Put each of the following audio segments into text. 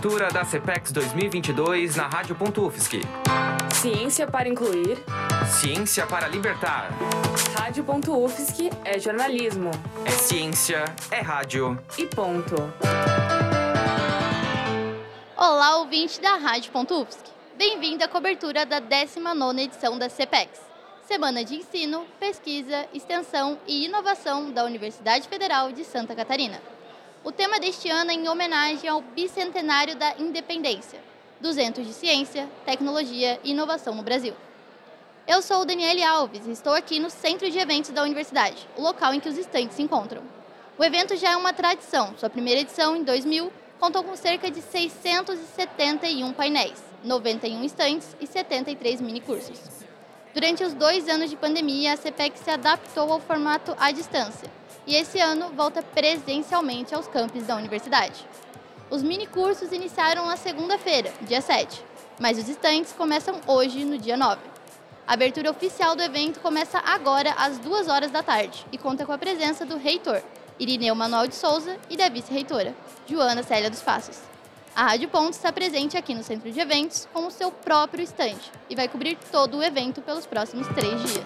Cobertura da CPEX 2022 na Rádio.UFSC. Ciência para incluir. Ciência para libertar. Rádio.UFSC é jornalismo. É ciência, é rádio. E ponto. Olá, ouvinte da Rádio.UFSC. Bem-vindo à cobertura da 19ª edição da CPEX, Semana de Ensino, Pesquisa, Extensão e Inovação da Universidade Federal de Santa Catarina. O tema deste ano é em homenagem ao bicentenário da Independência, 200 de Ciência, Tecnologia e Inovação no Brasil. Eu sou Daniele Alves e estou aqui no Centro de Eventos da Universidade, o local em que os estandes se encontram. O evento já é uma tradição. Sua primeira edição, em 2000, contou com cerca de 671 painéis, 91 estandes e 73 minicursos. Durante os 2 anos de pandemia, a CPEX se adaptou ao formato à distância e esse ano volta presencialmente aos campos da universidade. Os minicursos iniciaram na segunda-feira, dia 7, mas os estandes começam hoje, no dia 9. A abertura oficial do evento começa agora às 2 horas da tarde e conta com a presença do reitor, Irineu Manuel de Souza, e da vice-reitora, Joana Célia dos Passos. A Rádio Ponto está presente aqui no Centro de Eventos com o seu próprio estande e vai cobrir todo o evento pelos próximos 3 dias.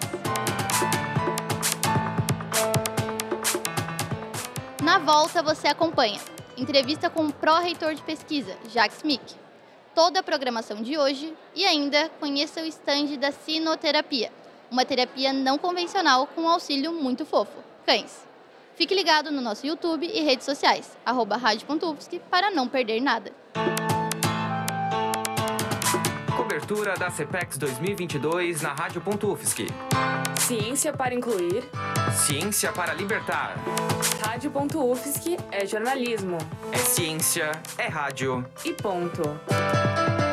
Na volta, você acompanha entrevista com o pró-reitor de pesquisa, Jacques Mick, toda a programação de hoje e ainda conheça o estande da sinoterapia, uma terapia não convencional com um auxílio muito fofo, cães. Fique ligado no nosso YouTube e redes sociais, @radio.ufsc, para não perder nada. Cobertura da CPEX 2022 na Rádio.UFSC. Ciência para incluir. Ciência para libertar. Rádio.UFSC é jornalismo. É ciência, é rádio. E ponto.